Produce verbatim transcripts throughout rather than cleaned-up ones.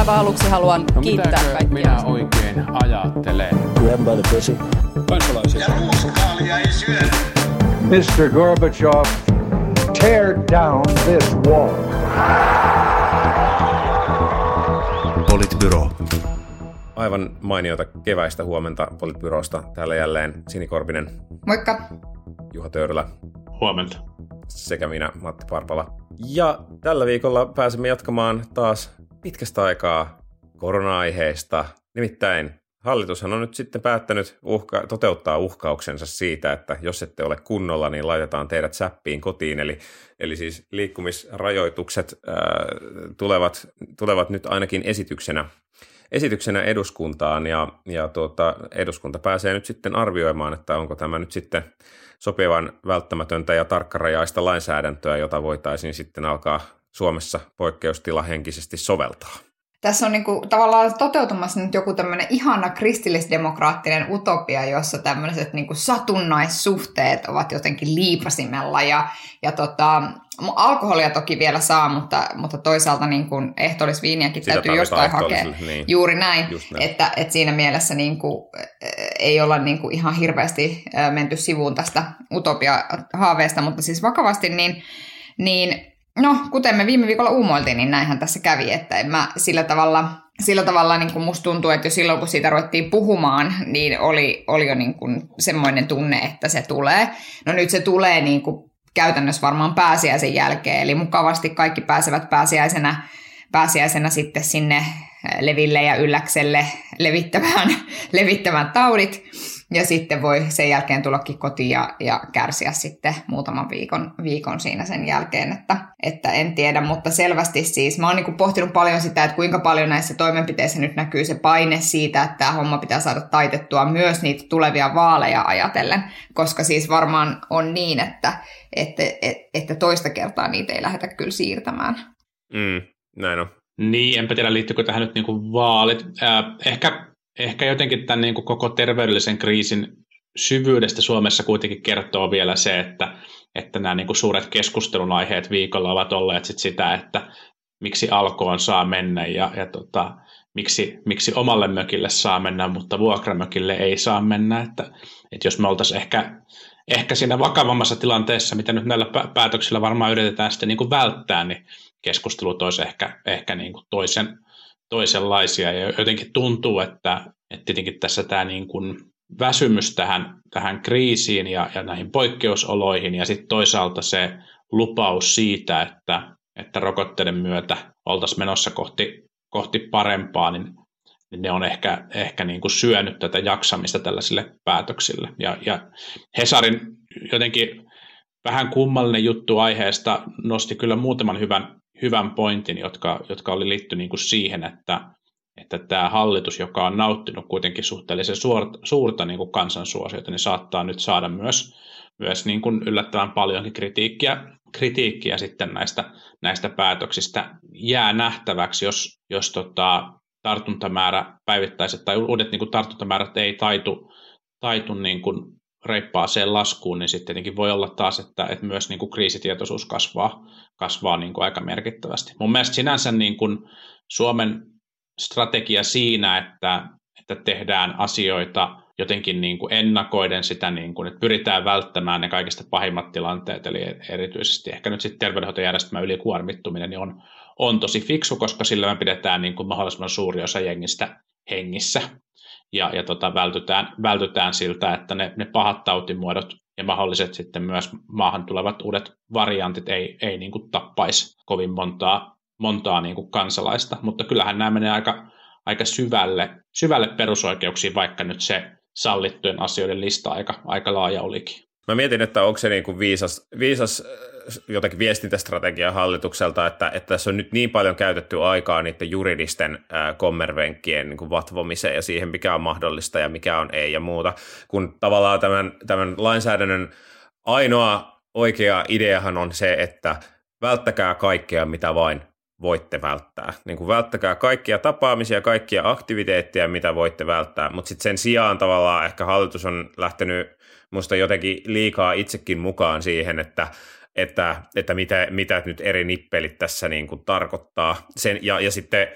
aivan aluksi haluan no, kiittää kaikkia. minä oikein ajattelen? Grab by the pussy. Kansalaisia. Ja ruuskaalia ei syödä. mister Gorbachev, tear down this wall. Politbyro. Aivan mainiota keväistä huomenta Politbyrosta. Täällä jälleen Sini Korpinen. Moikka. Juha Töyrylä. Huomenta. Sekä minä, Matti Parpala. Ja tällä viikolla pääsemme jatkamaan taas pitkästä aikaa korona-aiheesta. Nimittäin hallitushan on nyt sitten päättänyt uhka- toteuttaa uhkauksensa siitä, että jos ette ole kunnolla, niin laitetaan teidät säppiin kotiin. Eli, eli siis liikkumisrajoitukset ää, tulevat, tulevat nyt ainakin esityksenä, esityksenä eduskuntaan. Ja, ja tuota, eduskunta pääsee nyt sitten arvioimaan, että onko tämä nyt sitten sopivan välttämätöntä ja tarkkarajaista lainsäädäntöä, jota voitaisiin sitten alkaa Suomessa poikkeustila-henkisesti soveltaa. Tässä on niinku tavallaan toteutumassa nyt joku tämmöinen ihana kristillisdemokraattinen utopia, jossa tämmöiset niinku satunnaissuhteet ovat jotenkin liipasimella. Ja, ja tota, alkoholia toki vielä saa, mutta, mutta toisaalta niinku ehtoollisviiniäkin Sitä täytyy jostain hakea. Niin. Juuri näin, näin. Että, että siinä mielessä niinku, ei olla niinku ihan hirveästi menty sivuun tästä utopia-haaveesta, mutta siis vakavasti niin... niin no, kuten me viime viikolla uumoiltiin, niin näinhän tässä kävi, että en mä sillä tavalla, sillä tavalla niin kuin musta tuntuu, että jo silloin kun siitä ruvettiin puhumaan, niin oli, oli jo niin kuin semmoinen tunne, että se tulee. No nyt se tulee niin kuin käytännössä varmaan pääsiäisen jälkeen, eli mukavasti kaikki pääsevät pääsiäisenä, pääsiäisenä sitten sinne leville ja ylläkselle levittämään, levittämään taudit. Ja sitten voi sen jälkeen tullakin kotiin ja, ja kärsiä sitten muutaman viikon, viikon siinä sen jälkeen, että, että en tiedä, mutta selvästi siis mä oon niin kuin pohtinut paljon sitä, että kuinka paljon näissä toimenpiteissä nyt näkyy se paine siitä, että tämä homma pitää saada taitettua myös niitä tulevia vaaleja ajatellen, koska siis varmaan on niin, että, että, että toista kertaa niitä ei lähdetä kyllä siirtämään. Mm, näin on. Niin, enpä tiedä liittyykö tähän nyt niinku vaalit. Äh, ehkä... Ehkä jotenkin tämän niin kuin koko terveydellisen kriisin syvyydestä Suomessa kuitenkin kertoo vielä se, että, että nämä niin kuin suuret keskustelun aiheet viikolla ovat olleet sit sitä, että miksi alkoon saa mennä ja, ja tota, miksi, miksi omalle mökille saa mennä, mutta vuokramökille ei saa mennä. Että, että jos me oltaisiin ehkä, ehkä siinä vakavammassa tilanteessa, mitä nyt näillä päätöksillä varmaan yritetään sitten niin kuin välttää, niin keskustelut olisi ehkä, ehkä niin kuin toisen toisenlaisia ja jotenkin tuntuu, että, että tietenkin tässä tämä niin kuin väsymys tähän, tähän kriisiin ja, ja näihin poikkeusoloihin ja sitten toisaalta se lupaus siitä, että, että rokotteiden myötä oltaisiin menossa kohti, kohti parempaa, niin, niin ne on ehkä, ehkä niin kuin syönyt tätä jaksamista tällaisille päätöksille. Ja, ja Hesarin jotenkin vähän kummallinen juttu aiheesta nosti kyllä muutaman hyvän hyvän pointin, jotka, jotka oli liitty niin kuin siihen, että, että tämä hallitus, joka on nauttinut kuitenkin suhteellisen suurta, suurta niin kuin kansansuosiota, niin saattaa nyt saada myös, myös niin kuin yllättävän paljonkin kritiikkiä, kritiikkiä sitten näistä, näistä päätöksistä. Jää nähtäväksi, jos, jos tota, tartuntamäärä päivittäiset tai uudet niin kuin tartuntamäärät ei taitu, taitu niin kuin reippaaseen laskuun, niin sitten tietenkin voi olla taas, että, että myös niin kuin kriisitietoisuus kasvaa, kasvaa niin kuin aika merkittävästi. Mun mielestä sinänsä niin kuin Suomen strategia siinä, että, että tehdään asioita jotenkin niin kuin ennakoiden sitä, niin kuin, että pyritään välttämään ne kaikista pahimmat tilanteet, eli erityisesti ehkä nyt sitten terveydenhoitojärjestelmän ylikuormittuminen niin on, on tosi fiksu, koska sillä me pidetään niin kuin mahdollisimman suuri osa jengistä hengissä. Ja, ja tota, vältytään, vältytään siltä, että ne, ne pahat tautimuodot ja mahdolliset sitten myös maahan tulevat uudet variantit ei, ei niin kuin tappaisi kovin montaa, montaa niin kuin kansalaista. Mutta kyllähän nämä menee aika, aika syvälle, syvälle perusoikeuksiin, vaikka nyt se sallittujen asioiden lista aika, aika laaja olikin. Mä mietin, että onko se niin kuin viisas, viisas jotenkin viestintästrategia hallitukselta, että, että tässä on nyt niin paljon käytetty aikaa niiden juridisten ää, kommervenkkien niin kuin vatvomiseen ja siihen, mikä on mahdollista ja mikä on ei ja muuta, kun tavallaan tämän, tämän lainsäädännön ainoa oikea ideahan on se, että välttäkää kaikkea, mitä vain voitte välttää. Niin kuin välttäkää kaikkia tapaamisia, kaikkia aktiviteetteja, mitä voitte välttää, mutta sitten sen sijaan tavallaan ehkä hallitus on lähtenyt musta jotenkin liikaa itsekin mukaan siihen, että että, että mitä, mitä nyt eri nippelit tässä niin kuin tarkoittaa. Sen, ja, ja sitten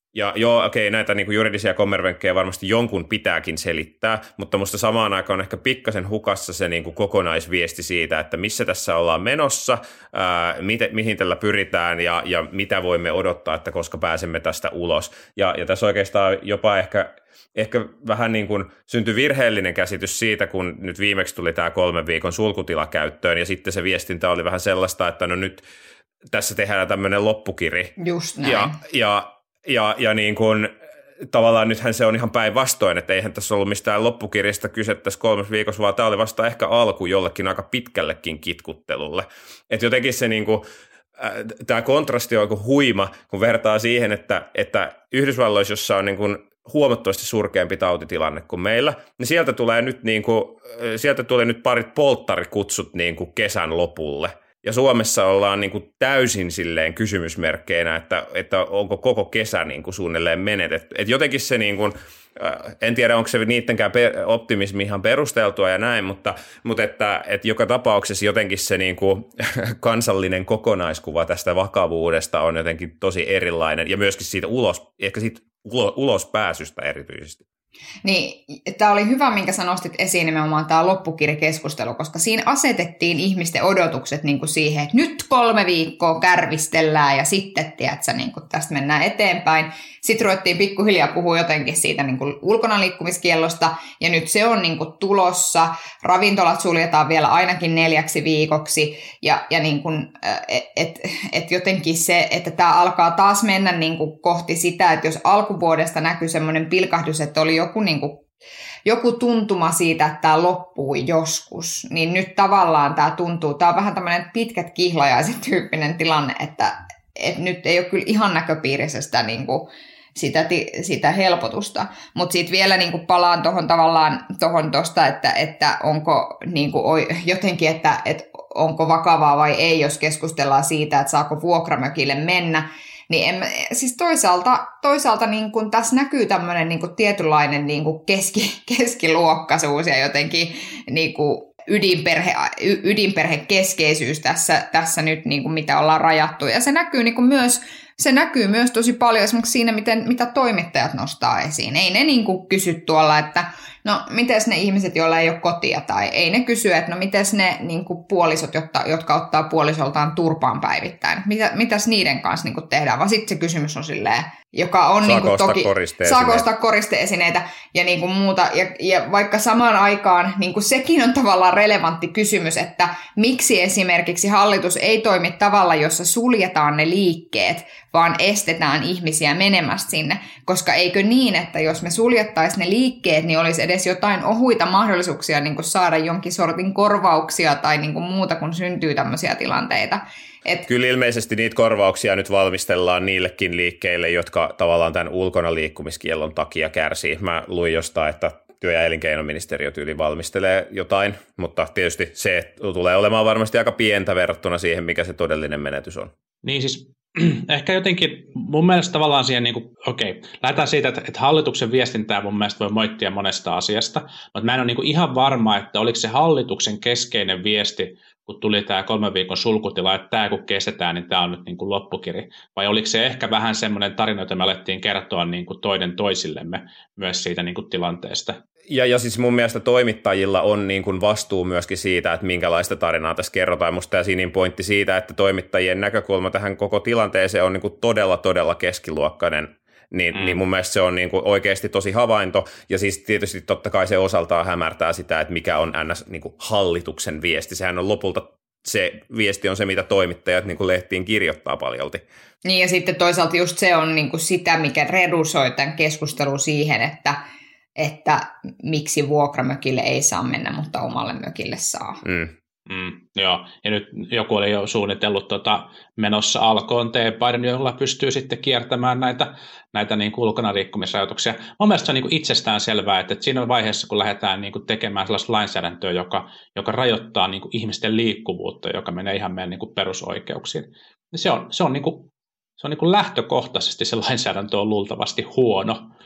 Ja joo, okei, näitä niin kuin juridisia kommervenkkejä varmasti jonkun pitääkin selittää, mutta musta samaan aikaan on ehkä pikkasen hukassa se niin kuin kokonaisviesti siitä, että missä tässä ollaan menossa, ää, miten, mihin tällä pyritään ja, ja mitä voimme odottaa, että koska pääsemme tästä ulos. Ja, ja tässä oikeastaan jopa ehkä, ehkä vähän niin kuin syntyi virheellinen käsitys siitä, kun nyt viimeksi tuli tämä kolmen viikon sulkutila käyttöön ja sitten se viestintä oli vähän sellaista, että no nyt tässä tehdään tämmöinen loppukiri. Just näin. Ja, ja Ja, ja niin kuin, tavallaan nythän se on ihan päinvastoin, että eihän tässä ollut mistään loppukirjasta kyse tässä kolmes viikossa, vaan tämä oli vasta ehkä alku jollekin aika pitkällekin kitkuttelulle. Että jotenkin se niin kuin, äh, tämä kontrasti on aika huima, kun vertaa siihen, että, että Yhdysvalloissa, jossa on niin kuin huomattavasti surkeampi tautitilanne kuin meillä, niin sieltä tulee nyt, niin kuin, sieltä tulee nyt parit polttarikutsut niin kuin kesän lopulle. Ja Suomessa ollaan niin kuin täysin silleen kysymysmerkkeinä, että, että onko koko kesä niin kuin suunnilleen menetetty. Et jotenkin se, niin kuin, en tiedä onko se niittenkään optimismi ihan perusteltua ja näin, mutta, mutta että, että joka tapauksessa jotenkin se niin kuin kansallinen kokonaiskuva tästä vakavuudesta on jotenkin tosi erilainen ja myöskin siitä ulos, ehkä siitä ulospääsystä erityisesti. Niin, tämä oli hyvä, minkä sä nostit esiin nimenomaan tämä loppukirjakeskustelu, koska siinä asetettiin ihmisten odotukset niin kuin siihen, että nyt kolme viikkoa kärvistellään ja sitten, tiedätkö, niin kuin tästä mennään eteenpäin. Sitten ruvettiin pikkuhiljaa puhua jotenkin siitä niin kuin ulkona liikkumiskiellosta ja nyt se on niin kuin tulossa. Ravintolat suljetaan vielä ainakin neljäksi viikoksi ja, ja niin kuin, et, et, et jotenkin se, että tämä alkaa taas mennä niin kuin kohti sitä, että jos alkuvuodesta näkyy semmoinen pilkahdus, että oli joku, niin kuin, joku tuntuma siitä, että tämä loppuu joskus, niin nyt tavallaan tämä tuntuu, tämä on vähän tämmöinen pitkät kihlajaiset tyyppinen tilanne, että, että nyt ei ole kyllä ihan näköpiirissä sitä, niin kuin, sitä, sitä helpotusta, mutta sitten vielä niin kuin palaan tuohon tavallaan tuohon tuosta, että, että onko niin kuin, jotenkin, että, että onko vakavaa vai ei, jos keskustellaan siitä, että saako vuokramökille mennä, niin en, siis toisaalta, toisaalta niin kun tässä näkyy tämmöinen niin kun tietynlainen niin kun keski, keskiluokkaisuus ja jotenkin niin kun ydinperhe, ydinperhekeskeisyys tässä, tässä nyt, niin kun mitä ollaan rajattu. Ja se näkyy, niin kun myös, se näkyy myös tosi paljon esimerkiksi siinä, miten, mitä toimittajat nostaa esiin. Ei ne niin kun kysy tuolla, että no mites ne ihmiset, joilla ei ole kotia, tai ei ne kysy, että no mites ne niin kuin puolisot, jotka, jotka ottaa puolisoltaan turpaan päivittäin, Mitä, mitäs niiden kanssa niin kuin tehdään, vaan sitten se kysymys on silleen, joka on niin kuin toki, saako ostaa koristeesineitä ja niin kuin muuta, ja, ja vaikka samaan aikaan niin kuin sekin on tavallaan relevantti kysymys, että miksi esimerkiksi hallitus ei toimi tavalla, jossa suljetaan ne liikkeet, vaan estetään ihmisiä menemästä sinne, koska eikö niin, että jos me suljettaisiin ne liikkeet, niin olisi edes jotain ohuita mahdollisuuksia niin kuin saada jonkin sortin korvauksia tai niin kuin muuta, kun syntyy tämmöisiä tilanteita. Et Kyllä ilmeisesti niitä korvauksia nyt valmistellaan niillekin liikkeille, jotka tavallaan tämän ulkona liikkumiskiellon takia kärsii. Mä luin jostain, että työ- ja elinkeinoministeriö tyyli valmistelee jotain, mutta tietysti se tulee olemaan varmasti aika pientä verrattuna siihen, mikä se todellinen menetys on. Niin siis ehkä jotenkin mun mielestä tavallaan siihen, niin kuin, okei, lähdetään siitä, että, että hallituksen viestintää mun mielestä voi moittia monesta asiasta, mutta mä en ole niin kuin ihan varma, että oliko se hallituksen keskeinen viesti, kun tuli tämä kolmen viikon sulkutila, että tämä kun kestetään, niin tämä on nyt niin kuin loppukiri, vai oliko se ehkä vähän semmoinen tarina, jota me alettiin kertoa niin kuin toinen toisillemme myös siitä niin kuin tilanteesta. Ja, ja siis mun mielestä toimittajilla on niin kuin vastuu myöskin siitä, että minkälaista tarinaa tässä kerrotaan. Musta tämä Sinin pointti siitä, että toimittajien näkökulma tähän koko tilanteeseen on niin kuin todella, todella keskiluokkainen, niin, mm. niin mun mielestä se on niin kuin oikeasti tosi havainto. Ja siis tietysti totta kai se osaltaan hämärtää sitä, että mikä on ns. Niin kuin hallituksen viesti. Sehän on lopulta, se viesti on se, mitä toimittajat niin kuin lehtiin kirjoittaa paljolti. Niin ja sitten toisaalta just se on niin kuin sitä, mikä redusoi tämän keskustelun siihen, että että miksi vuokramökille ei saa mennä, mutta omalle mökille saa. Mm. Mm, joo, ja nyt joku oli jo suunnitellut tota, menossa alkoon teepaiden, jolla pystyy sitten kiertämään näitä, näitä niin kuin ulkona liikkumisrajoituksia. Mun mielestä se on niin kuin itsestään selvää, että siinä vaiheessa, kun lähdetään niin kuin tekemään sellaista lainsäädäntöä, joka, joka rajoittaa niin kuin ihmisten liikkuvuutta, joka menee ihan meidän niin kuin perusoikeuksiin, niin se on, se on, niin kuin, se on niin kuin lähtökohtaisesti se lainsäädäntö on luultavasti huono.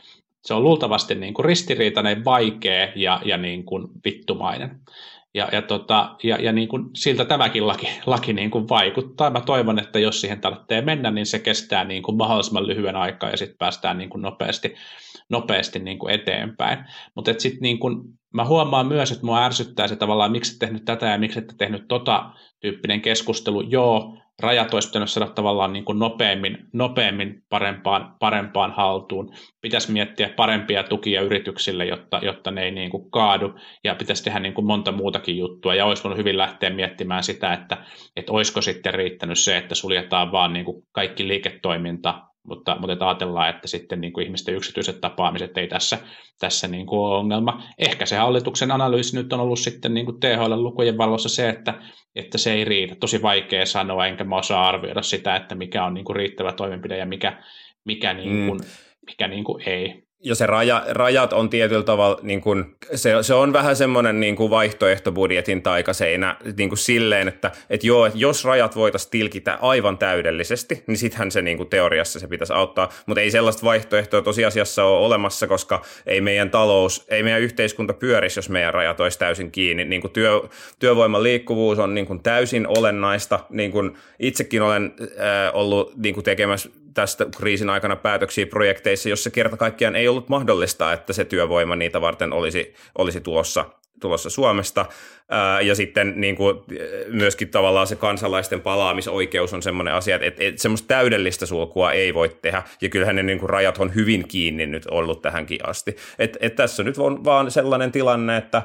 se on luultavasti niin kuin ristiriitainen, vaikea ja, ja niin kuin vittumainen. Ja, ja, tota, ja, ja niin kuin siltä tämäkin laki, laki niin kuin vaikuttaa. Mä toivon, että jos siihen tarvitsee mennä, niin se kestää niin kuin mahdollisimman lyhyen aikaa ja sitten päästään niin kuin nopeasti, nopeasti niin kuin eteenpäin. Mutta sitten niin kuin mä huomaan myös, että mua ärsyttää se tavallaan, miksi et tehnyt tätä ja miksi et tehnyt tota tyyppinen keskustelu. Joo, rajat olisi pitänyt saada tavallaan niin kuin nopeammin, nopeammin parempaan, parempaan haltuun. Pitäisi miettiä parempia tukia yrityksille, jotta, jotta ne ei niin kuin kaadu, ja pitäisi tehdä niin kuin monta muutakin juttua, ja olisi voinut hyvin lähteä miettimään sitä, että, että olisiko sitten riittänyt se, että suljetaan vaan niin kuin kaikki liiketoiminta, mutta, mutta ajatellaan, että sitten niin kuin ihmisten yksityiset tapaamiset ei tässä, tässä niin kuin ole ongelma. Ehkä se hallituksen analyysi nyt on ollut sitten niin kuin T H L-lukujen valossa se, että, että se ei riitä. Tosi vaikea sanoa, enkä mä osaa arvioida sitä, että mikä on niin kuin riittävä toimenpide ja mikä, mikä, niin kuin, mm. mikä niin kuin ei. Ja se raja, rajat on tietyllä tavalla, niin kuin, se, se on vähän semmoinen niin kuin vaihtoehtobudjetin taikaseinä niin kuin silleen, että, että joo, että jos rajat voitaisiin tilkitä aivan täydellisesti, niin sittenhän se niin kuin teoriassa se pitäisi auttaa, mutta ei sellaista vaihtoehtoa tosiasiassa ole olemassa, koska ei meidän talous, ei meidän yhteiskunta pyörisi, jos meidän rajat olisi täysin kiinni. Niin kuin työ, työvoiman liikkuvuus on niin kuin täysin olennaista, niin kuin itsekin olen äh, ollut niin kuin tekemässä tästä kriisin aikana päätöksiä projekteissa, jossa kerta kaikkiaan ei ollut mahdollista, että se työvoima niitä varten olisi, olisi tulossa, tulossa Suomesta. Ää, ja sitten niin kuin, myöskin tavallaan se kansalaisten palaamisoikeus on semmoinen asia, että, että semmoista täydellistä sulkua ei voi tehdä, ja kyllähän ne niin kuin rajat on hyvin kiinni nyt ollut tähänkin asti. Et, et tässä nyt on vaan sellainen tilanne, että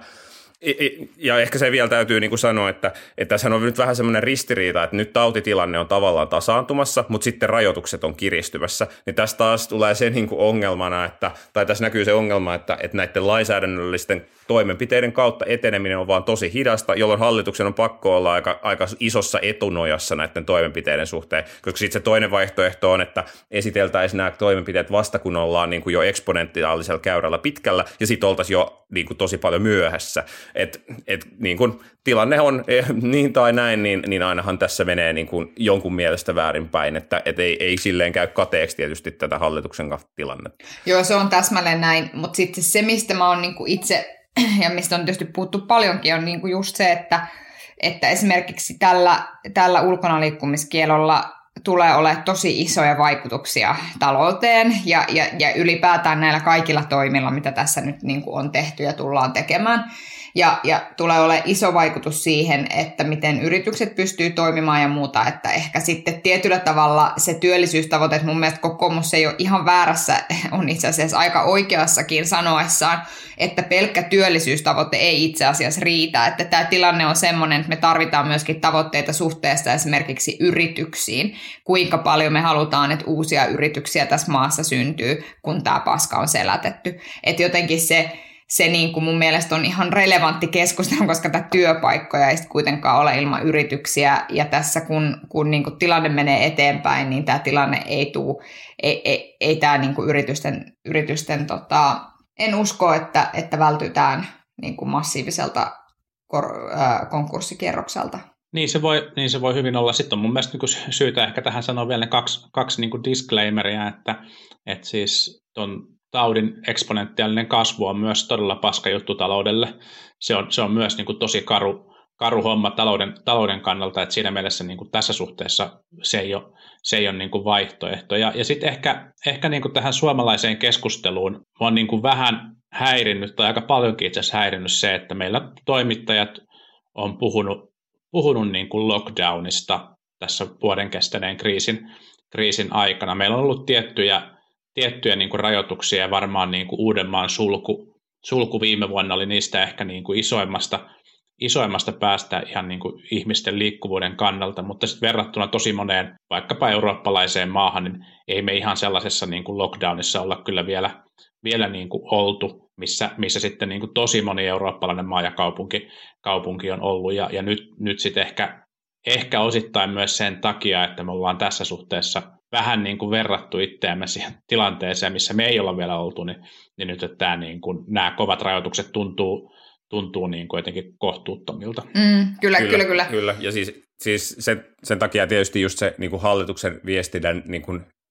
ja ehkä se vielä täytyy niin kuin sanoa, että, että tässä on nyt vähän semmoinen ristiriita, että nyt tautitilanne on tavallaan tasaantumassa, mutta sitten rajoitukset on kiristymässä. Niin tästä taas tulee se niin kuin ongelmana, että, tai tässä näkyy se ongelma, että, että näiden lainsäädännöllisten toimenpiteiden kautta eteneminen on vaan tosi hidasta, jolloin hallituksen on pakko olla aika, aika isossa etunojassa näiden toimenpiteiden suhteen, koska sitten se toinen vaihtoehto on, että esiteltäisiin nämä toimenpiteet vasta, kun ollaan niin kuin jo eksponentiaalisella käyrällä pitkällä, ja sitten oltaisiin jo niin kuin tosi paljon myöhässä. Että et, niin kuin tilanne on eh, niin tai näin, niin, niin ainahan tässä menee niin kuin jonkun mielestä väärinpäin, että et ei, ei silleen käy kateeksi tietysti tätä hallituksen tilannetta. Joo, se on täsmälleen näin, mutta sitten se, mistä mä oon niin kuin itse, ja mistä on tietysti puhuttu paljonkin, on niin kuin just se, että, että esimerkiksi tällä, tällä ulkonaliikkumiskielolla tulee olemaan tosi isoja vaikutuksia talouteen ja, ja, ja ylipäätään näillä kaikilla toimilla, mitä tässä nyt niin kuin on tehty ja tullaan tekemään. Ja, ja tulee olemaan iso vaikutus siihen, että miten yritykset pystyy toimimaan ja muuta, että ehkä sitten tietyllä tavalla se työllisyystavoite, että mun mielestä kokoomus ei ole ihan väärässä, on itse asiassa aika oikeassakin sanoessaan, että pelkkä työllisyystavoite ei itse asiassa riitä, että tämä tilanne on semmoinen, että me tarvitaan myöskin tavoitteita suhteessa esimerkiksi yrityksiin, kuinka paljon me halutaan, että uusia yrityksiä tässä maassa syntyy, kun tämä paska on selätetty, että jotenkin se Se niin kuin mun mielestä on ihan relevantti keskustelu, koska tätä työpaikkoja ei sitten kuitenkaan ole ilman yrityksiä. Ja tässä kun, kun niin kuin tilanne menee eteenpäin, niin tämä tilanne ei tule, ei, ei, ei tämä niin kuin yritysten, yritysten tota, en usko, että, että vältytään niin kuin massiiviselta kor, äh, konkurssikierrokselta. Niin se, voi, niin se voi hyvin olla. Sitten on mun mielestä niin kuin syytä ehkä tähän sanoa vielä ne kaksi, kaksi niin kuin disclaimeria, että, että siis ton taudin eksponentiaalinen kasvu on myös todella paska juttu taloudelle. Se on, se on myös niin kuin tosi karu, karu homma talouden, talouden kannalta, että siinä mielessä niin kuin tässä suhteessa se ei ole, se ei ole niin kuin vaihtoehto. Ja, ja sitten ehkä, ehkä niin kuin tähän suomalaiseen keskusteluun on niin kuin vähän häirinnyt, tai aika paljonkin itse asiassa häirinnyt se, että meillä toimittajat on puhunut, puhunut niin kuin lockdownista tässä vuoden kestäneen kriisin, kriisin aikana. Meillä on ollut tiettyjä tiettyjä niin kuin rajoituksia ja varmaan niin kuin Uudenmaan sulku, sulku viime vuonna oli niistä ehkä niin kuin isoimmasta, isoimmasta päästä ihan niin kuin ihmisten liikkuvuuden kannalta, mutta sitten verrattuna tosi moneen vaikkapa eurooppalaiseen maahan, niin ei me ihan sellaisessa niin kuin lockdownissa olla kyllä vielä, vielä niin kuin oltu, missä, missä sitten niin kuin tosi moni eurooppalainen maa ja kaupunki, kaupunki on ollut ja, ja nyt, nyt sitten ehkä, ehkä osittain myös sen takia, että me ollaan tässä suhteessa vähän niin kuin verrattu itseämme siihen tilanteeseen, missä me ei olla vielä oltu, niin, niin nyt että tämä, niin kuin, nämä kovat rajoitukset tuntuu, tuntuu niin kuin jotenkin kohtuuttomilta. Mm, kyllä, kyllä, kyllä, kyllä. Kyllä, ja siis, siis sen, sen takia tietysti just se niin kuin hallituksen viestinnän niin kuin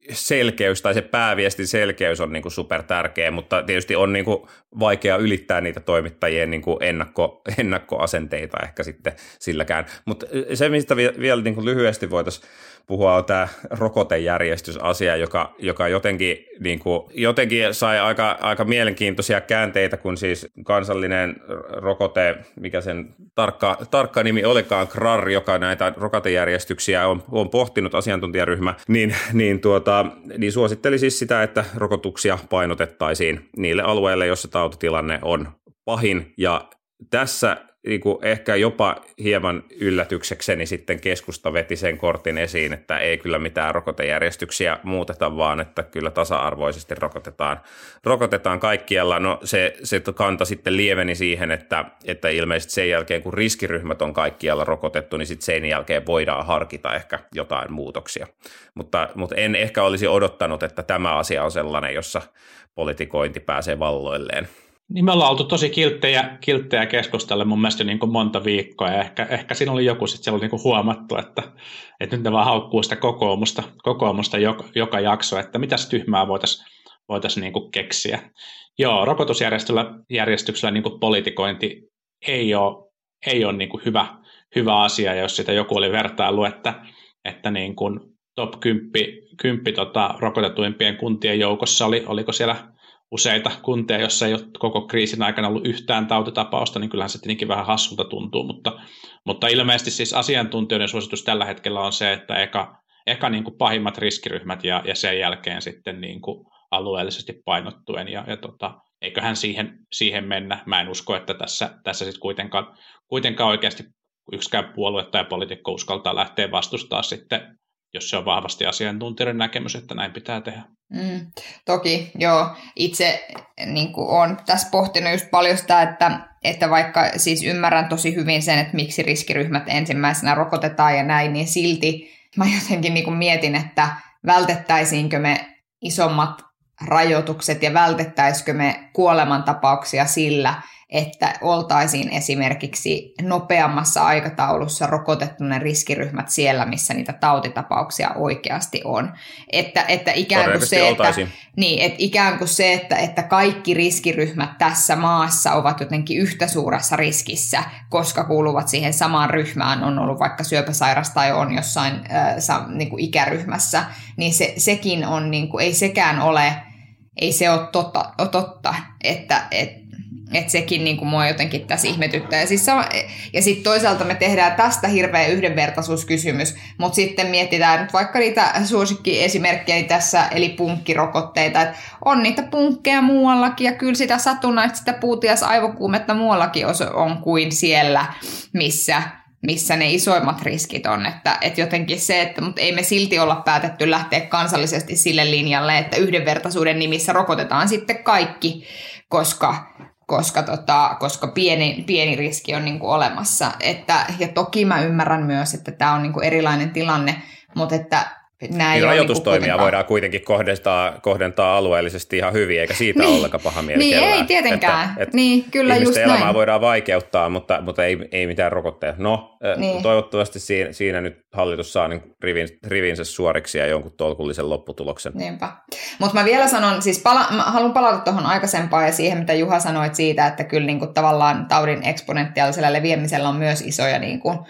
selkeys tai se pääviestin selkeys on niin kuin super tärkeä, mutta tietysti on niin kuin vaikea ylittää niitä toimittajien niin kuin ennakko, ennakkoasenteita ehkä sitten silläkään. Mutta se, mistä vielä niin kuin lyhyesti voitaisiin puhua, on tämä rokotejärjestysasia, joka, joka jotenkin, niin kuin, jotenkin sai aika, aika mielenkiintoisia käänteitä, kun siis kansallinen rokote, mikä sen tarkka, tarkka nimi olikaan, C R A R, joka näitä rokotejärjestyksiä on, on pohtinut asiantuntijaryhmä, niin, niin, tuota, niin suositteli siis sitä, että rokotuksia painotettaisiin niille alueille, joissa tautitilanne on pahin, ja tässä niin kuin ehkä jopa hieman yllätyksekseni sitten keskusta veti sen kortin esiin, että ei kyllä mitään rokotejärjestyksiä muuteta, vaan että kyllä tasa-arvoisesti rokotetaan, rokotetaan kaikkialla. No se, se kanta sitten lieveni siihen, että, että ilmeisesti sen jälkeen, kun riskiryhmät on kaikkialla rokotettu, niin sitten sen jälkeen voidaan harkita ehkä jotain muutoksia. Mutta, mutta en ehkä olisi odottanut, että tämä asia on sellainen, jossa politikointi pääsee valloilleen. Niin me ollaan oltu tosi kilttejä, kilttejä keskustella mun mielestä niin kuin monta viikkoa, ja ehkä, ehkä siinä oli joku sitten siellä niin kuin huomattu, että, että nyt ne vaan haukkuu sitä kokoomusta, kokoomusta joka, joka jakso, että mitäs tyhmää voitaisiin voitais niin kuin keksiä. Joo, rokotusjärjestyksellä niin kuin politikointi ei ole, ei ole niin kuin hyvä, hyvä asia, jos sitä joku oli vertailu, että, että niin kuin top kymmenen, kymmenen tota, rokotetuimpien kuntien joukossa oli, oliko siellä useita kuntia, joissa ei ole koko kriisin aikana ollut yhtään tautitapausta, niin kyllähän se tietenkin vähän hassulta tuntuu, mutta, mutta ilmeisesti siis asiantuntijoiden suositus tällä hetkellä on se, että eka, eka niin kuin pahimmat riskiryhmät ja, ja sen jälkeen sitten niin kuin alueellisesti painottuen, ja, ja tota, eiköhän siihen, siihen mennä. Mä en usko, että tässä, tässä sitten kuitenkaan, kuitenkaan oikeasti yksikään puolue tai poliitikko uskaltaa lähteä vastustaa sitten, jos se on vahvasti asiantuntijoiden näkemys, että näin pitää tehdä. Mm, toki, joo. Itse niin kuin olen tässä pohtinut just paljon sitä, että, että vaikka siis ymmärrän tosi hyvin sen, että miksi riskiryhmät ensimmäisenä rokotetaan ja näin, niin silti mä jotenkin niin kuin mietin, että vältettäisiinkö me isommat rajoitukset ja vältettäisikö me kuolemantapauksia sillä, että oltaisiin esimerkiksi nopeammassa aikataulussa rokotettu ne riskiryhmät siellä, missä niitä tautitapauksia oikeasti on. Että, että, ikään, kuin se, että, niin, että ikään kuin se, että, että kaikki riskiryhmät tässä maassa ovat jotenkin yhtä suuressa riskissä, koska kuuluvat siihen samaan ryhmään, on ollut vaikka syöpäsairas tai on jossain äh, niin kuin ikäryhmässä, niin se, sekin on, niin kuin, ei sekään ole, ei se ole totta, ole totta että et, Että sekin niin kuin mua jotenkin tässä ihmetyttää. Ja, siis ja sitten toisaalta me tehdään tästä hirveä yhdenvertaisuuskysymys, mutta sitten mietitään nyt vaikka niitä suosikkiesimerkkejä tässä, eli punkkirokotteita. Että on niitä punkkeja muuallakin, ja kyllä sitä satunnaista sitä puutias aivokuumetta muuallakin on kuin siellä, missä, missä ne isoimmat riskit on. Että, että jotenkin se, että mutta ei me silti olla päätetty lähteä kansallisesti sille linjalle, että yhdenvertaisuuden nimissä rokotetaan sitten kaikki, koska... koska, tota, koska pieni, pieni riski on niinku olemassa. Että, ja toki mä ymmärrän myös, että tämä on niinku erilainen tilanne, mutta että nämä ei niin ole rajoitustoimia niinku voidaan kuitenkin kohdentaa, kohdentaa alueellisesti ihan hyvin, eikä siitä niin, ollenkaan paha mieli niin, kellään. ei tietenkään. Että, että niin, kyllä just näin. elämää voidaan vaikeuttaa, mutta, mutta ei, ei mitään rokotteja. No, niin. Toivottavasti siinä, siinä nyt hallitus saa niin rivin, rivinsä suoriksi ja jonkun tolkullisen lopputuloksen. Niinpä. Mutta mä vielä sanon, siis pala, mä haluan palata tuohon aikaisempaan ja siihen, mitä Juha sanoit siitä, että kyllä niin kuin tavallaan taudin eksponentiaalisella leviämisellä on myös isoja niin kuin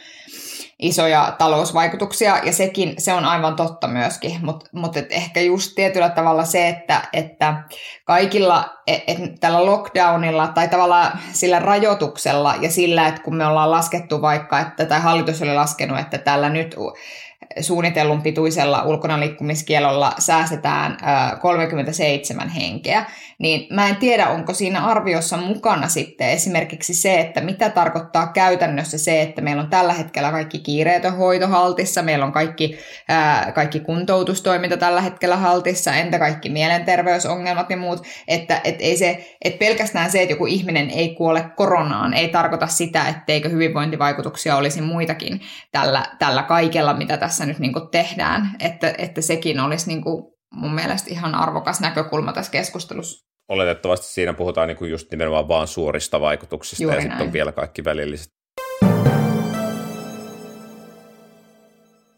isoja talousvaikutuksia, ja sekin, se on aivan totta myöskin, mutta mut ehkä just tietyllä tavalla se, että, että kaikilla et, et tällä lockdownilla tai tavallaan sillä rajoituksella ja sillä, että kun me ollaan laskettu vaikka, että, tai hallitus oli laskenut, että tällä nyt suunnitellun pituisella ulkonaliikkumiskielolla säästetään kolmekymmentäseitsemän henkeä, niin mä en tiedä, onko siinä arviossa mukana sitten esimerkiksi se, että mitä tarkoittaa käytännössä se, että meillä on tällä hetkellä kaikki kiireetön hoito haltissa, meillä on kaikki, ää, kaikki kuntoutustoiminta tällä hetkellä haltissa, entä kaikki mielenterveysongelmat ja muut, että et ei se, et pelkästään se, että joku ihminen ei kuole koronaan, ei tarkoita sitä, etteikö hyvinvointivaikutuksia olisi muitakin tällä, tällä kaikella, mitä tässä nyt niin kuin tehdään, että, että sekin olisi niin kuin mun mielestä ihan arvokas näkökulma tässä keskustelussa. Oletettavasti siinä puhutaan niin kuin just nimenomaan vaan suorista vaikutuksista. Juuri ja sitten on vielä kaikki välilliset.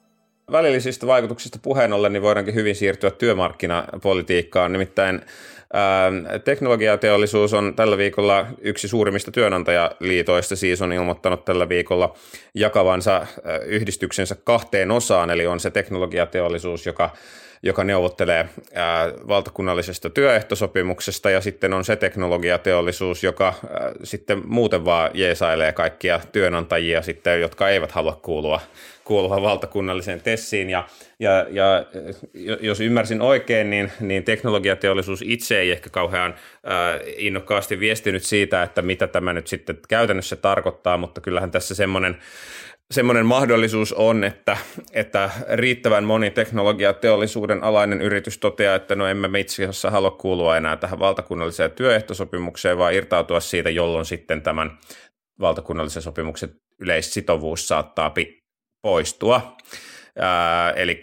välillisistä vaikutuksista puheen ollen, niin voidaankin hyvin siirtyä työmarkkinapolitiikkaan. Nimittäin ää, teknologiateollisuus on tällä viikolla yksi suurimmista työnantajaliitoista, siis on ilmoittanut tällä viikolla jakavansa ää, yhdistyksensä kahteen osaan, eli on se teknologiateollisuus, joka joka neuvottelee ää, valtakunnallisesta työehtosopimuksesta, ja sitten on se teknologiateollisuus, joka ää, sitten muuten vaan jeesailee kaikkia työnantajia sitten, jotka eivät halua kuulua, kuulua valtakunnalliseen tessiin, ja, ja, ja jos ymmärsin oikein, niin, niin teknologiateollisuus itse ei ehkä kauhean ää, innokkaasti viestinyt siitä, että mitä tämä nyt sitten käytännössä tarkoittaa, mutta kyllähän tässä semmoinen Semmoinen mahdollisuus on, että, että riittävän moni teknologiateollisuuden alainen yritys toteaa, että no emme me itse asiassa halua kuulua enää tähän valtakunnalliseen työehtosopimukseen, vaan irtautua siitä, jolloin sitten tämän valtakunnallisen sopimuksen yleissitovuus saattaa poistua. Ää, eli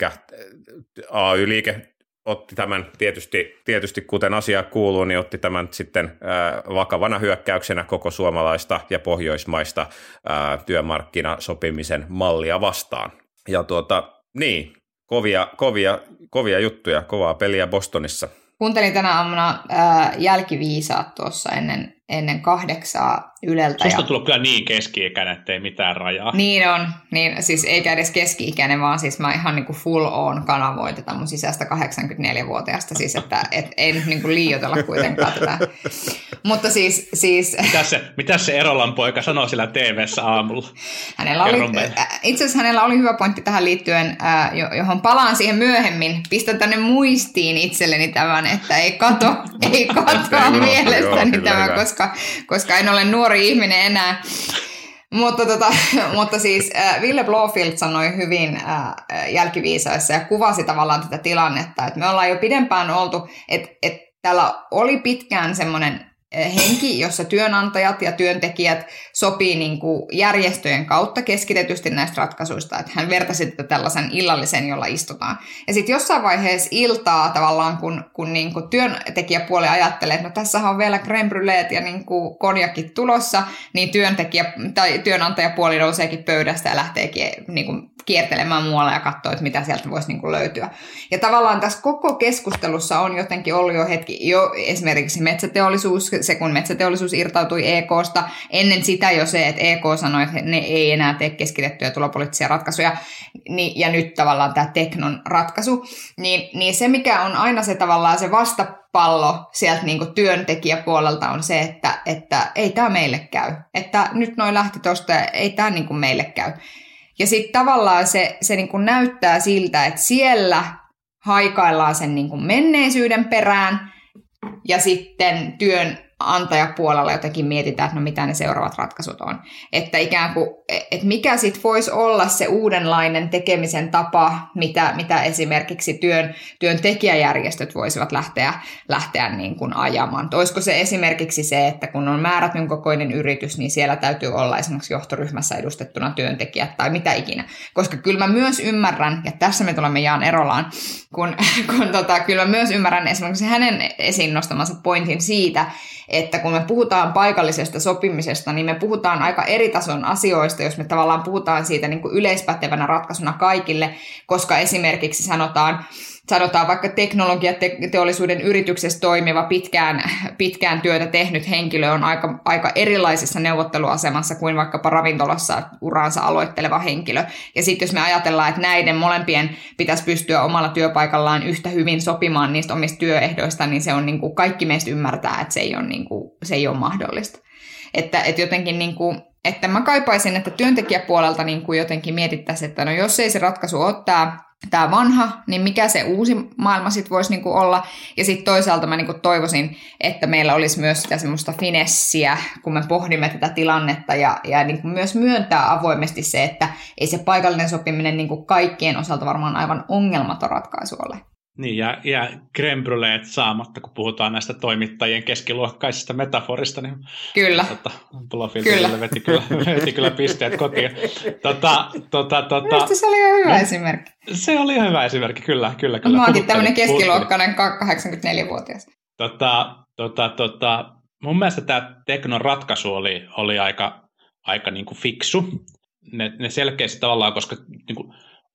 A Y-liike otti tämän tietysti, tietysti kuten asia kuuluu, niin otti tämän sitten ää, vakavana hyökkäyksenä koko suomalaista ja pohjoismaista ää, työmarkkinasopimisen mallia vastaan. Ja tuota, niin, kovia, kovia, kovia juttuja, kovaa peliä Bostonissa. Kuuntelin tänä aamuna ää, jälkiviisaat tuossa ennen, ennen kahdeksaa Yleltä. Susta ja... on tullut kyllä niin keski-ikäinen, ettei mitään rajaa. Niin on, niin, siis eikä edes keski-ikäinen, vaan siis mä ihan niin kuin full on kanavoin tätä mun sisäistä kahdeksankymmentäneljä-vuotiaasta, siis että et, ei nyt niin kuin liioitella kuitenkaan tätä. Mutta siis... siis... Mitäs se, mitäs se Erolan poika sanoi sillä T V:ssä aamulla? Hänellä oli, itse asiassa hänellä oli hyvä pointti tähän liittyen, johon palaan siihen myöhemmin. Pistän tänne muistiin itselleni tämän, että ei kato, ei katoa mielestäni tämä, koska, koska en ole nuori ihminen enää. Mutta, tota, mutta siis äh, Ville Blofield sanoi hyvin äh, jälkiviisaissa ja kuvasi tavallaan tätä tilannetta, että me ollaan jo pidempään oltu, että, että täällä oli pitkään semmoinen henki, jossa työnantajat ja työntekijät sopii niin kuin järjestöjen kautta keskitetysti näistä ratkaisuista, että hän vertasi tätä tällaisen illallisen, jolla istutaan. Ja sitten jossain vaiheessa iltaa tavallaan, kun, kun niin kuin työntekijäpuoli ajattelee, että no tässähän on vielä crème brûléet ja niin kuin konjakit tulossa, niin työntekijä, tai työnantajapuoli nouseekin pöydästä ja lähteekin niin kuin kiertelemään muualla ja katsoo, että mitä sieltä voisi niin kuin löytyä. Ja tavallaan tässä koko keskustelussa on jotenkin ollut jo hetki, jo esimerkiksi metsäteollisuus, se kun metsäteollisuus irtautui E K:sta, ennen sitä jo se, että E K sanoi, että ne ei enää tee keskitettyjä tulopoliittisia ratkaisuja, niin, ja nyt tavallaan tämä Teknon ratkaisu, niin, niin se mikä on aina se tavallaan se vastapallo sieltä niin kuin työntekijäpuolelta on se, että, että ei tämä meille käy, että nyt noi lähti tuosta ja ei tämä niin kuin meille käy. Ja sitten tavallaan se, se niin kuin näyttää siltä, että siellä haikaillaan sen niin kuin menneisyyden perään ja sitten työnantajapuolella jotenkin mietitään, että no mitä ne seuraavat ratkaisut on. Että ikään kuin, että mikä sitten voisi olla se uudenlainen tekemisen tapa, mitä, mitä esimerkiksi työn, työntekijäjärjestöt voisivat lähteä, lähteä niin kuin ajamaan. Olisiko se esimerkiksi se, että kun on määrätyn kokoinen yritys, niin siellä täytyy olla esimerkiksi johtoryhmässä edustettuna työntekijät tai mitä ikinä. Koska kyllä mä myös ymmärrän, ja tässä me tulemme Jaan Erolaan, kun, kun tota, kyllä mä myös ymmärrän esimerkiksi hänen esiin nostamansa pointin siitä, että kun me puhutaan paikallisesta sopimisesta, niin me puhutaan aika eri tason asioista, jos me tavallaan puhutaan siitä niin kuin yleispätevänä ratkaisuna kaikille, koska esimerkiksi sanotaan, sanotaan vaikka teknologiateollisuuden yrityksessä toimiva pitkään, pitkään työtä tehnyt henkilö on aika, aika erilaisessa neuvotteluasemassa kuin vaikkapa ravintolassa uraansa aloitteleva henkilö. Ja sitten jos me ajatellaan, että näiden molempien pitäisi pystyä omalla työpaikallaan yhtä hyvin sopimaan niistä omista työehdoista, niin se on niin kuin kaikki meistä ymmärtää, että se ei ole, niin kuin, se ei ole mahdollista. Että, että jotenkin niin kuin, että mä kaipaisin, että työntekijäpuolelta niin kuin jotenkin mietittäisiin, että no jos ei se ratkaisu ole tämä, tämä vanha, niin mikä se uusi maailma sitten voisi niinku olla. Ja sitten toisaalta mä niinku toivoisin, että meillä olisi myös sitä semmoista finessiä, kun me pohdimme tätä tilannetta ja, ja niinku myös myöntää avoimesti se, että ei se paikallinen sopiminen niinku kaikkien osalta varmaan aivan ongelmaton ratkaisu ole. Niin, ja, ja crème brûléet saamatta, kun puhutaan näistä toimittajien keskiluokkaisista metaforista, niin kyllä. Tota, Blofieldille veti kyllä, veti kyllä pisteet kotiin. Tota, tota, tota, se oli ihan hyvä no, esimerkki. Se oli ihan hyvä esimerkki, kyllä. kyllä, kyllä. Mä oonkin tämmöinen keskiluokkainen kahdeksankymmentäneljä-vuotias. Tota, tota, tota, mun mielestä tämä Teknon ratkaisu oli, oli aika, aika niin kuin fiksu. Ne, ne selkeästi tavallaan, koska niin kuin,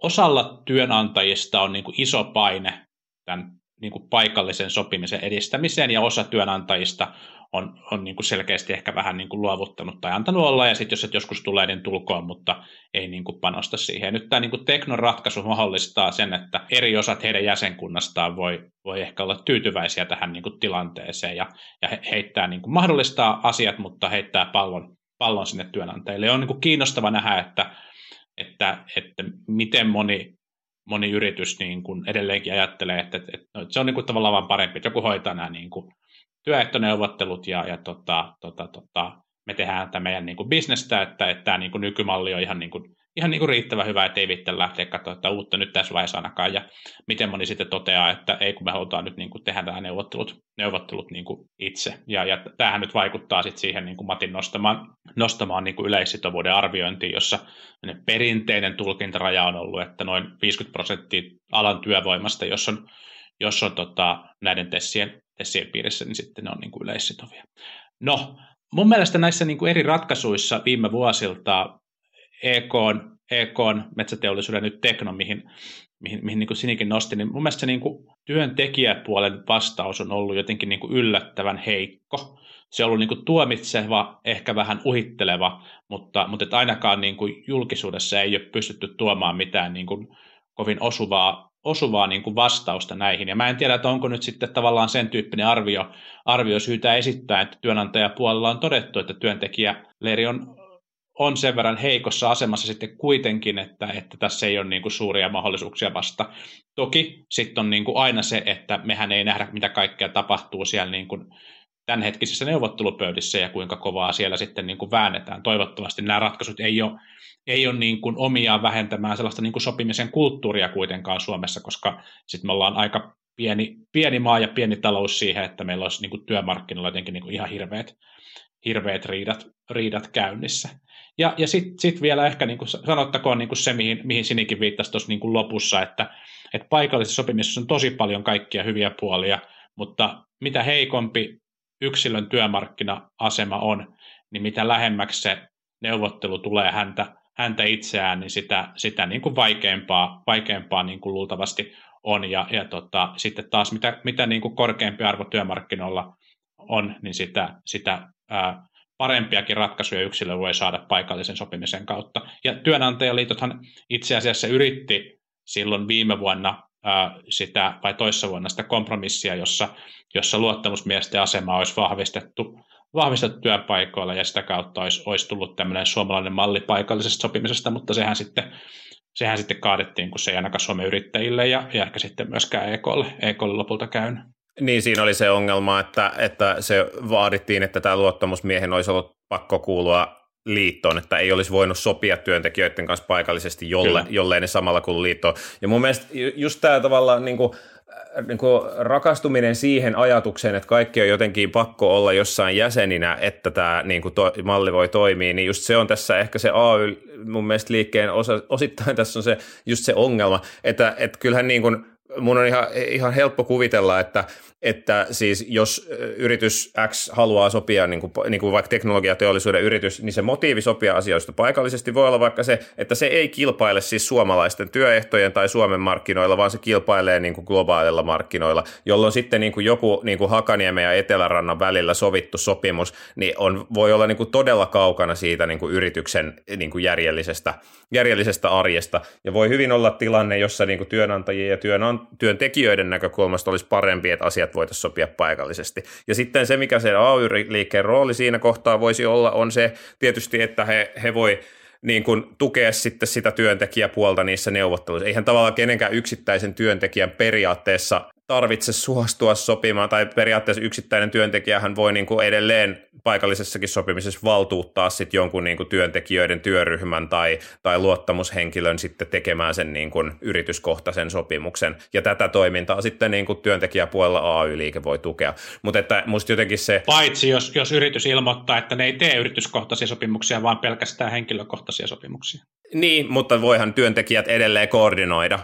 osalla työnantajista on niin kuin iso paine tämän niin kuin paikallisen sopimisen edistämiseen, ja osa työnantajista on, on niin kuin selkeästi ehkä vähän niin kuin luovuttanut tai antanut olla, ja sitten jos et joskus tulee, niin tulkoon, mutta ei niin kuin panosta siihen. Nyt tämä niin kuin teknon ratkaisu mahdollistaa sen, että eri osat heidän jäsenkunnastaan voi, voi ehkä olla tyytyväisiä tähän niin kuin tilanteeseen, ja, ja heittää, niin kuin mahdollistaa asiat, mutta heittää pallon, pallon sinne työnantajille. Ja on niin kuin kiinnostava nähdä, että, että, että miten moni Moni yritys niin kuin edelleenkin ajattelee, että, että, että se on niin kuin tavallaan vaan parempi, että joku hoitaa nämä niin kuin työehtoneuvottelut ja, ja tota, tota, tota, me tehdään tämä meidän niin kuin bisnestä, että, että tämä niin kuin nykymalli on ihan, niin kuin, ihan niin kuin riittävän hyvä, ettei vittu lähteä katsoa että uutta nyt tässä vaiheessa ainakaan. Ja miten moni sitten toteaa, että ei kun me halutaan nyt niin kuin tehdä nämä neuvottelut, neuvottelut niin kuin itse. Ja, ja tämähän nyt vaikuttaa sitten siihen niin kuin Matin nostamaan, nostamaan niin kuin yleissitovuuden arviointiin, jossa perinteinen tulkintaraja on ollut, että noin viisikymmentä prosenttia alan työvoimasta, jos on, jos on tota, näiden tessien, tessien piirissä, niin sitten ne on niin kuin yleissitovia. No, mun mielestä näissä niin kuin eri ratkaisuissa viime vuosilta E K:n, E K:n metsäteollisuuden nyt Tekno, mihin, mihin, mihin niin kuin Sinikin nosti, niin mun mielestä se niin kuin työntekijäpuolen vastaus on ollut jotenkin niin kuin yllättävän heikko. Se on ollut niin kuin tuomitseva, ehkä vähän uhitteleva, mutta, mutta et ainakaan niin kuin julkisuudessa ei ole pystytty tuomaan mitään niin kuin kovin osuvaa, osuvaa niin kuin vastausta näihin. Ja mä en tiedä, että onko nyt sitten tavallaan sen tyyppinen arvio, arvio syytä esittää, että työnantajapuolella on todettu, että työntekijäleiri on, on sen verran heikossa asemassa sitten kuitenkin, että, että tässä ei ole niin kuin suuria mahdollisuuksia vasta. Toki sitten on niin kuin aina se, että mehän ei nähdä, mitä kaikkea tapahtuu siellä niin kuin tämänhetkisissä neuvottelupöydissä ja kuinka kovaa siellä sitten niin kuin väännetään. Toivottavasti nämä ratkaisut ei ole, ei ole niin kuin omiaan vähentämään sellaista niin kuin sopimisen kulttuuria kuitenkaan Suomessa, koska sitten me ollaan aika pieni, pieni maa ja pieni talous siihen, että meillä olisi niin kuin työmarkkinoilla jotenkin niin kuin ihan hirveät, hirveät riidat, riidat käynnissä. Ja, ja sitten sit vielä ehkä niin kuin sanottakoon niin kuin se, mihin, mihin Sinikin viittasi tuossa niin kuin lopussa, että, että paikallisessa sopimisessa on tosi paljon kaikkia hyviä puolia, mutta mitä heikompi yksilön työmarkkina-asema on, niin mitä lähemmäksi se neuvottelu tulee häntä, häntä itseään, niin sitä, sitä niin kuin vaikeampaa, vaikeampaa niin kuin luultavasti on. Ja, ja tota, sitten taas mitä, mitä niin kuin korkeampi arvo työmarkkinoilla on, niin sitä, sitä ää, parempiakin ratkaisuja yksilö voi saada paikallisen sopimisen kautta. Ja työnantajaliitothan itse asiassa yritti silloin viime vuonna ää, sitä, vai toissa vuonna sitä kompromissia, jossa, jossa luottamusmiesten asema olisi vahvistettu, vahvistettu työpaikoilla ja sitä kautta olisi, olisi tullut tämmöinen suomalainen malli paikallisesta sopimisesta, mutta sehän sitten, sehän sitten kaadettiin, kun se ei ainakaan Suomen yrittäjille ja, ja ehkä sitten myöskään E K:lle, E K:lle lopulta käynyt. Niin, siinä oli se ongelma, että, että se vaadittiin, että tämä luottamusmiehen olisi ollut pakko kuulua liittoon, että ei olisi voinut sopia työntekijöiden kanssa paikallisesti, jolle, jollei ne samalla kuin liittoon. Ja mun mielestä just tämä tavallaan niin kuin, niin kuin rakastuminen siihen ajatukseen, että kaikki on jotenkin pakko olla jossain jäseninä, että tämä niin kuin to, malli voi toimia, niin just se on tässä ehkä se A Y mun mielestä liikkeen osa, osittain tässä on se just se ongelma, että, että kyllähän niin kuin mun on ihan, ihan helppo kuvitella, että, että siis jos yritys X haluaa sopia, niin kuin, niin kuin vaikka teknologiateollisuuden yritys, niin se motiivi sopia asioista paikallisesti voi olla vaikka se, että se ei kilpaile siis suomalaisten työehtojen tai Suomen markkinoilla, vaan se kilpailee niin kuin globaalilla markkinoilla, jolloin sitten niin kuin joku niin kuin Hakaniemen ja Etelärannan välillä sovittu sopimus niin on, voi olla niin kuin todella kaukana siitä niin kuin yrityksen niin kuin järjellisestä, järjellisestä arjesta, ja voi hyvin olla tilanne, jossa niin kuin työnantajien ja työn, työntekijöiden näkökulmasta olisi parempi, että asiat voitaisiin sopia paikallisesti. Ja sitten se, mikä se A Y-liikkeen rooli siinä kohtaa voisi olla, on se tietysti, että he, he voi niin kuin tukea sitten sitä työntekijäpuolta niissä neuvotteluissa. Eihän tavallaan kenenkään yksittäisen työntekijän periaatteessa tarvitse suostua sopimaan, tai periaatteessa yksittäinen työntekijähän voi niin kuin edelleen paikallisessakin sopimisessa valtuuttaa sitten jonkun niin kuin työntekijöiden työryhmän tai, tai luottamushenkilön sitten tekemään sen niin kuin yrityskohtaisen sopimuksen, ja tätä toimintaa sitten niin kuin työntekijäpuolella A Y-liike voi tukea. Mutta että musta jotenkin se... Paitsi jos, jos yritys ilmoittaa, että ne ei tee yrityskohtaisia sopimuksia, vaan pelkästään henkilökohtaisia sopimuksia. Niin, mutta voihan työntekijät edelleen koordinoida.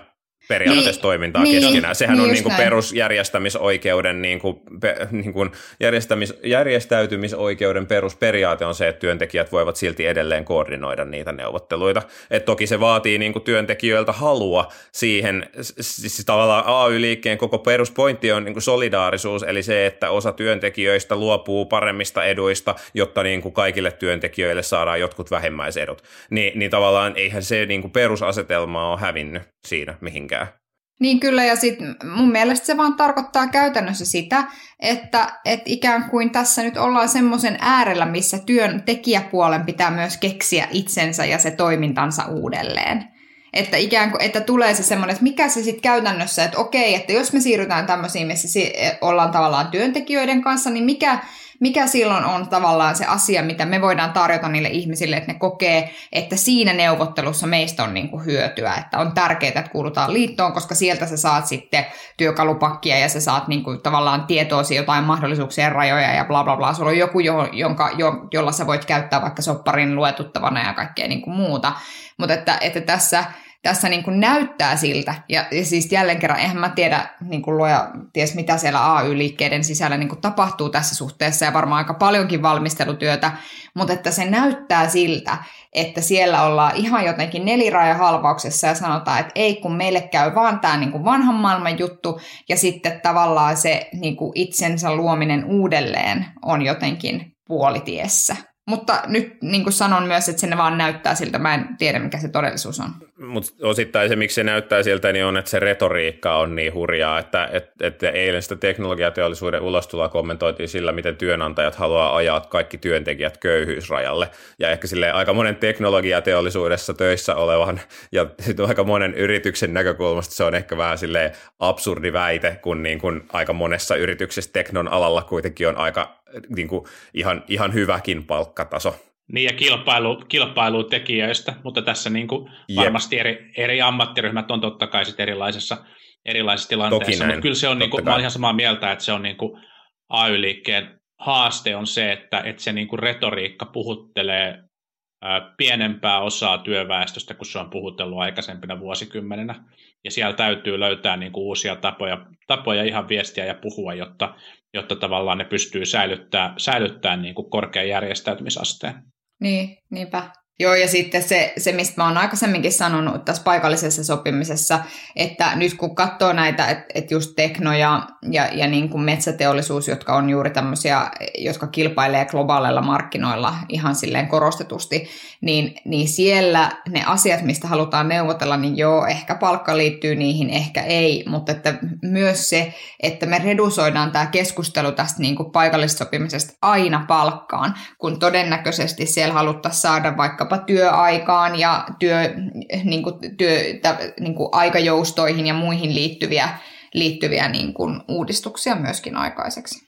periaatteessa niin, toimintaa niin, keskenään. Sehän niin on niin kuin näin. perusjärjestämisoikeuden, niin kuin, niin kuin järjestämis, järjestäytymisoikeuden perusperiaate on se, että työntekijät voivat silti edelleen koordinoida niitä neuvotteluita. Et toki se vaatii niin kuin työntekijöiltä halua siihen, siis tavallaan A Y-liikkeen koko peruspointti on niin kuin solidaarisuus, eli se, että osa työntekijöistä luopuu paremmista eduista, jotta niin kuin kaikille työntekijöille saadaan jotkut vähimmäisedut. Ni, niin tavallaan eihän se niin kuin perusasetelma ole hävinnyt siinä mihinkään. Niin kyllä, ja sitten mun mielestä se vaan tarkoittaa käytännössä sitä, että et ikään kuin tässä nyt ollaan semmoisen äärellä, missä työntekijäpuolen pitää myös keksiä itsensä ja se toimintansa uudelleen. Että ikään kuin, että tulee se semmoinen, että mikä se sitten käytännössä, että okei, että jos me siirrytään tämmöisiin, missä ollaan tavallaan työntekijöiden kanssa, niin mikä, mikä silloin on tavallaan se asia, mitä me voidaan tarjota niille ihmisille, että ne kokee, että siinä neuvottelussa meistä on niin kuin hyötyä, että on tärkeää, että kuulutaan liittoon, koska sieltä sä saat sitten työkalupakkia ja sä saat niin kuin tavallaan tietoasi jotain mahdollisuuksien rajoja ja bla bla bla. Sulla on joku, jonka, jo, jolla sä voit käyttää vaikka sopparin luetuttavana ja kaikkea niin kuin muuta, mutta että, että tässä... Tässä niin kuin näyttää siltä, ja, ja siis jälleen kerran, eihän mä tiedä, niin kuin luoja ties mitä siellä A Y-liikkeiden sisällä niin kuin tapahtuu tässä suhteessa, ja varmaan aika paljonkin valmistelutyötä, mutta että se näyttää siltä, että siellä ollaan ihan jotenkin nelirajahalvauksessa ja sanotaan, että ei kun meille käy vaan tämä niin kuin vanhan maailman juttu, ja sitten tavallaan se niin kuin itsensä luominen uudelleen on jotenkin puolitiessä. Mutta nyt niin kuin sanon myös, että se vaan näyttää siltä, mä en tiedä mikä se todellisuus on. Mutta osittain se, miksi se näyttää siltä, niin on, että se retoriikka on niin hurjaa, että, että, että eilen sitä teknologiateollisuuden ulostuloa kommentoitiin sillä, miten työnantajat haluaa ajaa kaikki työntekijät köyhyysrajalle. Ja ehkä silleen aika monen teknologiateollisuudessa töissä olevan ja aika monen yrityksen näkökulmasta se on ehkä vähän silleen absurdi väite, kun, niin kun aika monessa yrityksessä teknon alalla kuitenkin on aika niin kuin ihan, ihan hyväkin palkkataso. Niin ja kilpailu, kilpailu tekijöistä, mutta tässä niin kuin varmasti eri, eri ammattiryhmät on totta kai sit erilaisessa, erilaisessa tilanteessa, mutta kyllä se on, niin kuin, mä olen ihan samaa mieltä, että se on niin kuin A Y-liikkeen haaste on se, että, että se niin kuin retoriikka puhuttelee ää, pienempää osaa työväestöstä, kun se on puhutellut aikaisempina vuosikymmenenä, ja siellä täytyy löytää niin kuin uusia tapoja, tapoja ihan viestiä ja puhua, jotta, jotta tavallaan ne pystyy säilyttämään, säilyttämään niin kuin korkean järjestäytymisasteen. Niin, niinpä. Joo, ja sitten se, se, mistä mä oon aikaisemminkin sanonut tässä paikallisessa sopimisessa, että nyt kun katsoo näitä, että et just tekno ja, ja, ja niin kuin metsäteollisuus, jotka on juuri tämmöisiä, jotka kilpailee globaaleilla markkinoilla ihan silleen korostetusti, niin, niin siellä ne asiat, mistä halutaan neuvotella, niin joo, ehkä palkka liittyy niihin, ehkä ei, mutta että myös se, että me redusoidaan tämä keskustelu tästä niin kuin paikallisesta sopimisesta aina palkkaan, kun todennäköisesti siellä haluttaisiin saada vaikka työaikaan ja työ, niin kuin, työ, niin kuin aikajoustoihin ja muihin liittyviä, liittyviä niin kuin uudistuksia myöskin aikaiseksi.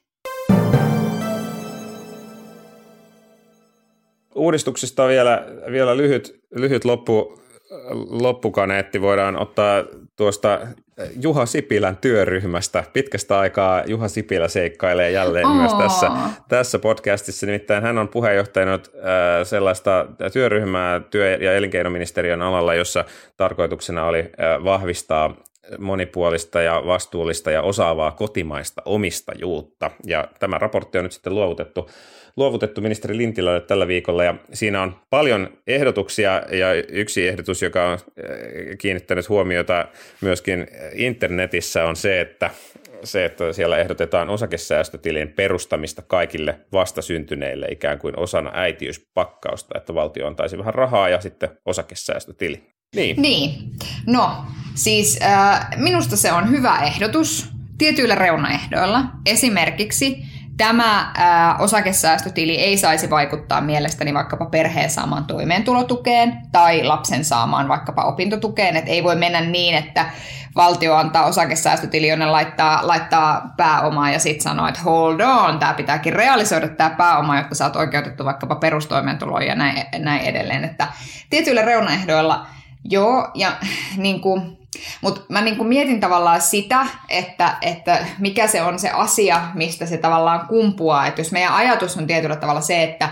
Uudistuksista on vielä, vielä lyhyt, lyhyt loppu, loppukaneetti. Voidaan ottaa tuosta Juha Sipilän työryhmästä. Pitkästä aikaa Juha Sipilä seikkailee jälleen oh. myös tässä, tässä podcastissa. Nimittäin hän on puheenjohtajana sellaista työryhmää työ- ja elinkeinoministeriön alalla, jossa tarkoituksena oli vahvistaa monipuolista ja vastuullista ja osaavaa kotimaista omistajuutta. Ja tämä raportti on nyt sitten luovutettu, luovutettu ministeri Lintilälle tällä viikolla, ja siinä on paljon ehdotuksia, ja yksi ehdotus, joka on kiinnittänyt huomiota myöskin internetissä, on se, että, se, että siellä ehdotetaan osakesäästötilin perustamista kaikille vastasyntyneille ikään kuin osana äitiyspakkausta, että valtio antaisi vähän rahaa ja sitten osakesäästötili. Niin. Niin. No, siis äh, minusta se on hyvä ehdotus tietyillä reunaehdoilla. Esimerkiksi tämä äh, osakesäästötili ei saisi vaikuttaa mielestäni vaikkapa perheen saamaan toimeentulotukeen tai lapsen saamaan vaikkapa opintotukeen. Et ei voi mennä niin, että valtio antaa osakesäästötili, jonne laittaa, laittaa pääomaa ja sitten sanoo, että hold on, tämä pitääkin realisoida tämä pääoma, jotta sä oot oikeutettu vaikkapa perustoimeentuloon ja näin, näin edelleen. Että tietyillä reunaehdoilla joo, ja niin kuin, mutta mä niin kuin mietin tavallaan sitä, että, että mikä se on se asia, mistä se tavallaan kumpuaa. Että jos meidän ajatus on tietyllä tavalla se, että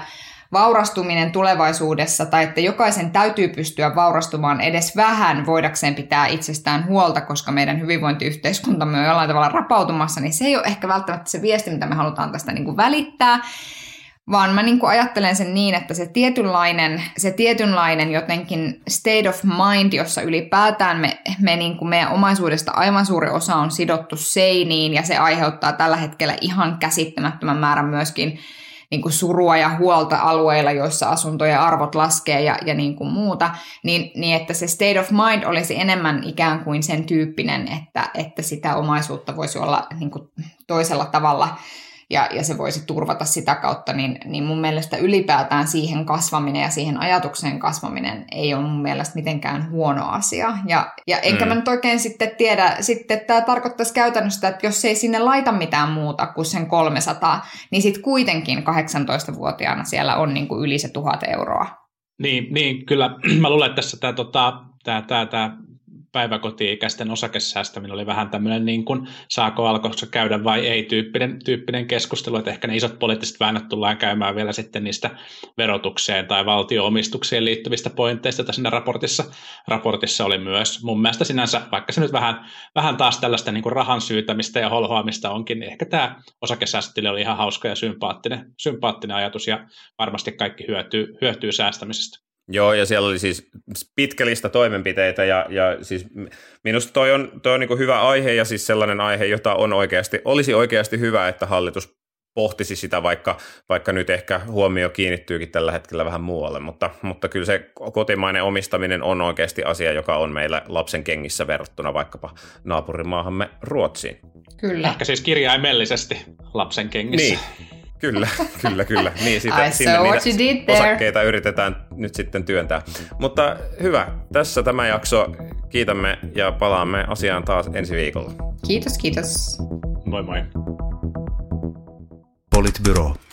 vaurastuminen tulevaisuudessa, tai että jokaisen täytyy pystyä vaurastumaan edes vähän voidakseen pitää itsestään huolta, koska meidän hyvinvointiyhteiskuntamme on jollain tavalla rapautumassa, niin se ei ole ehkä välttämättä se viesti, mitä me halutaan tästä niin kuin välittää, vaan mä niin kuin ajattelen sen niin, että se tietynlainen, se tietynlainen jotenkin state of mind, jossa ylipäätään me, me niin kuin meidän omaisuudesta aivan suuri osa on sidottu seiniin, ja se aiheuttaa tällä hetkellä ihan käsittämättömän määrän myöskin niin kuin surua ja huolta alueilla, joissa asuntojen arvot laskee ja, ja niin kuin muuta, niin, niin että se state of mind olisi enemmän ikään kuin sen tyyppinen, että, että sitä omaisuutta voisi olla niin kuin toisella tavalla ja, ja se voisi turvata sitä kautta, niin, niin mun mielestä ylipäätään siihen kasvaminen ja siihen ajatukseen kasvaminen ei ole mun mielestä mitenkään huono asia. Ja, ja enkä mm. mä nyt oikein sitten tiedä, sitten tämä tarkoittaisi käytännössä, että jos ei sinne laita mitään muuta kuin sen kolmesataa, niin sitten kuitenkin kahdeksantoistavuotiaana siellä on niin kuin yli se tuhat euroa. Niin, niin kyllä. Mä luulen, että tässä tämä tota, tää, tää, tää päiväkoti-ikäisten osakesäästäminen oli vähän tämmöinen niin kuin saako alkossa käydä vai ei tyyppinen, tyyppinen keskustelu, että ehkä ne isot poliittiset väännöt tullaan käymään vielä sitten niistä verotukseen tai valtio-omistukseen liittyvistä pointteista, joita siinä raportissa, raportissa oli myös. Mun mielestä sinänsä, vaikka se nyt vähän, vähän taas tällaista niin kuin rahan syytämistä ja holhoamista onkin, niin ehkä tämä osakesäästötili oli ihan hauska ja sympaattinen, sympaattinen ajatus ja varmasti kaikki hyötyy, hyötyy säästämisestä. Joo, ja siellä oli siis pitkä lista toimenpiteitä, ja, ja siis minusta toi on, toi on niin kuin hyvä aihe, ja siis sellainen aihe, jota on oikeasti, olisi oikeasti hyvä, että hallitus pohtisi sitä, vaikka, vaikka nyt ehkä huomio kiinnittyykin tällä hetkellä vähän muualle, mutta, mutta kyllä se kotimainen omistaminen on oikeasti asia, joka on meillä lapsen kengissä verrattuna vaikkapa naapurimaahamme Ruotsiin. Kyllä. Ehkä siis kirjaimellisesti lapsen kengissä. Niin. Kyllä, kyllä, kyllä. Niin, sitä, I sinne saw what you did there. Osakkeita yritetään nyt sitten työntää. Mutta hyvä, tässä tämä jakso. Kiitämme ja palaamme asiaan taas ensi viikolla. Kiitos, kiitos. Moi moi. Politbyro.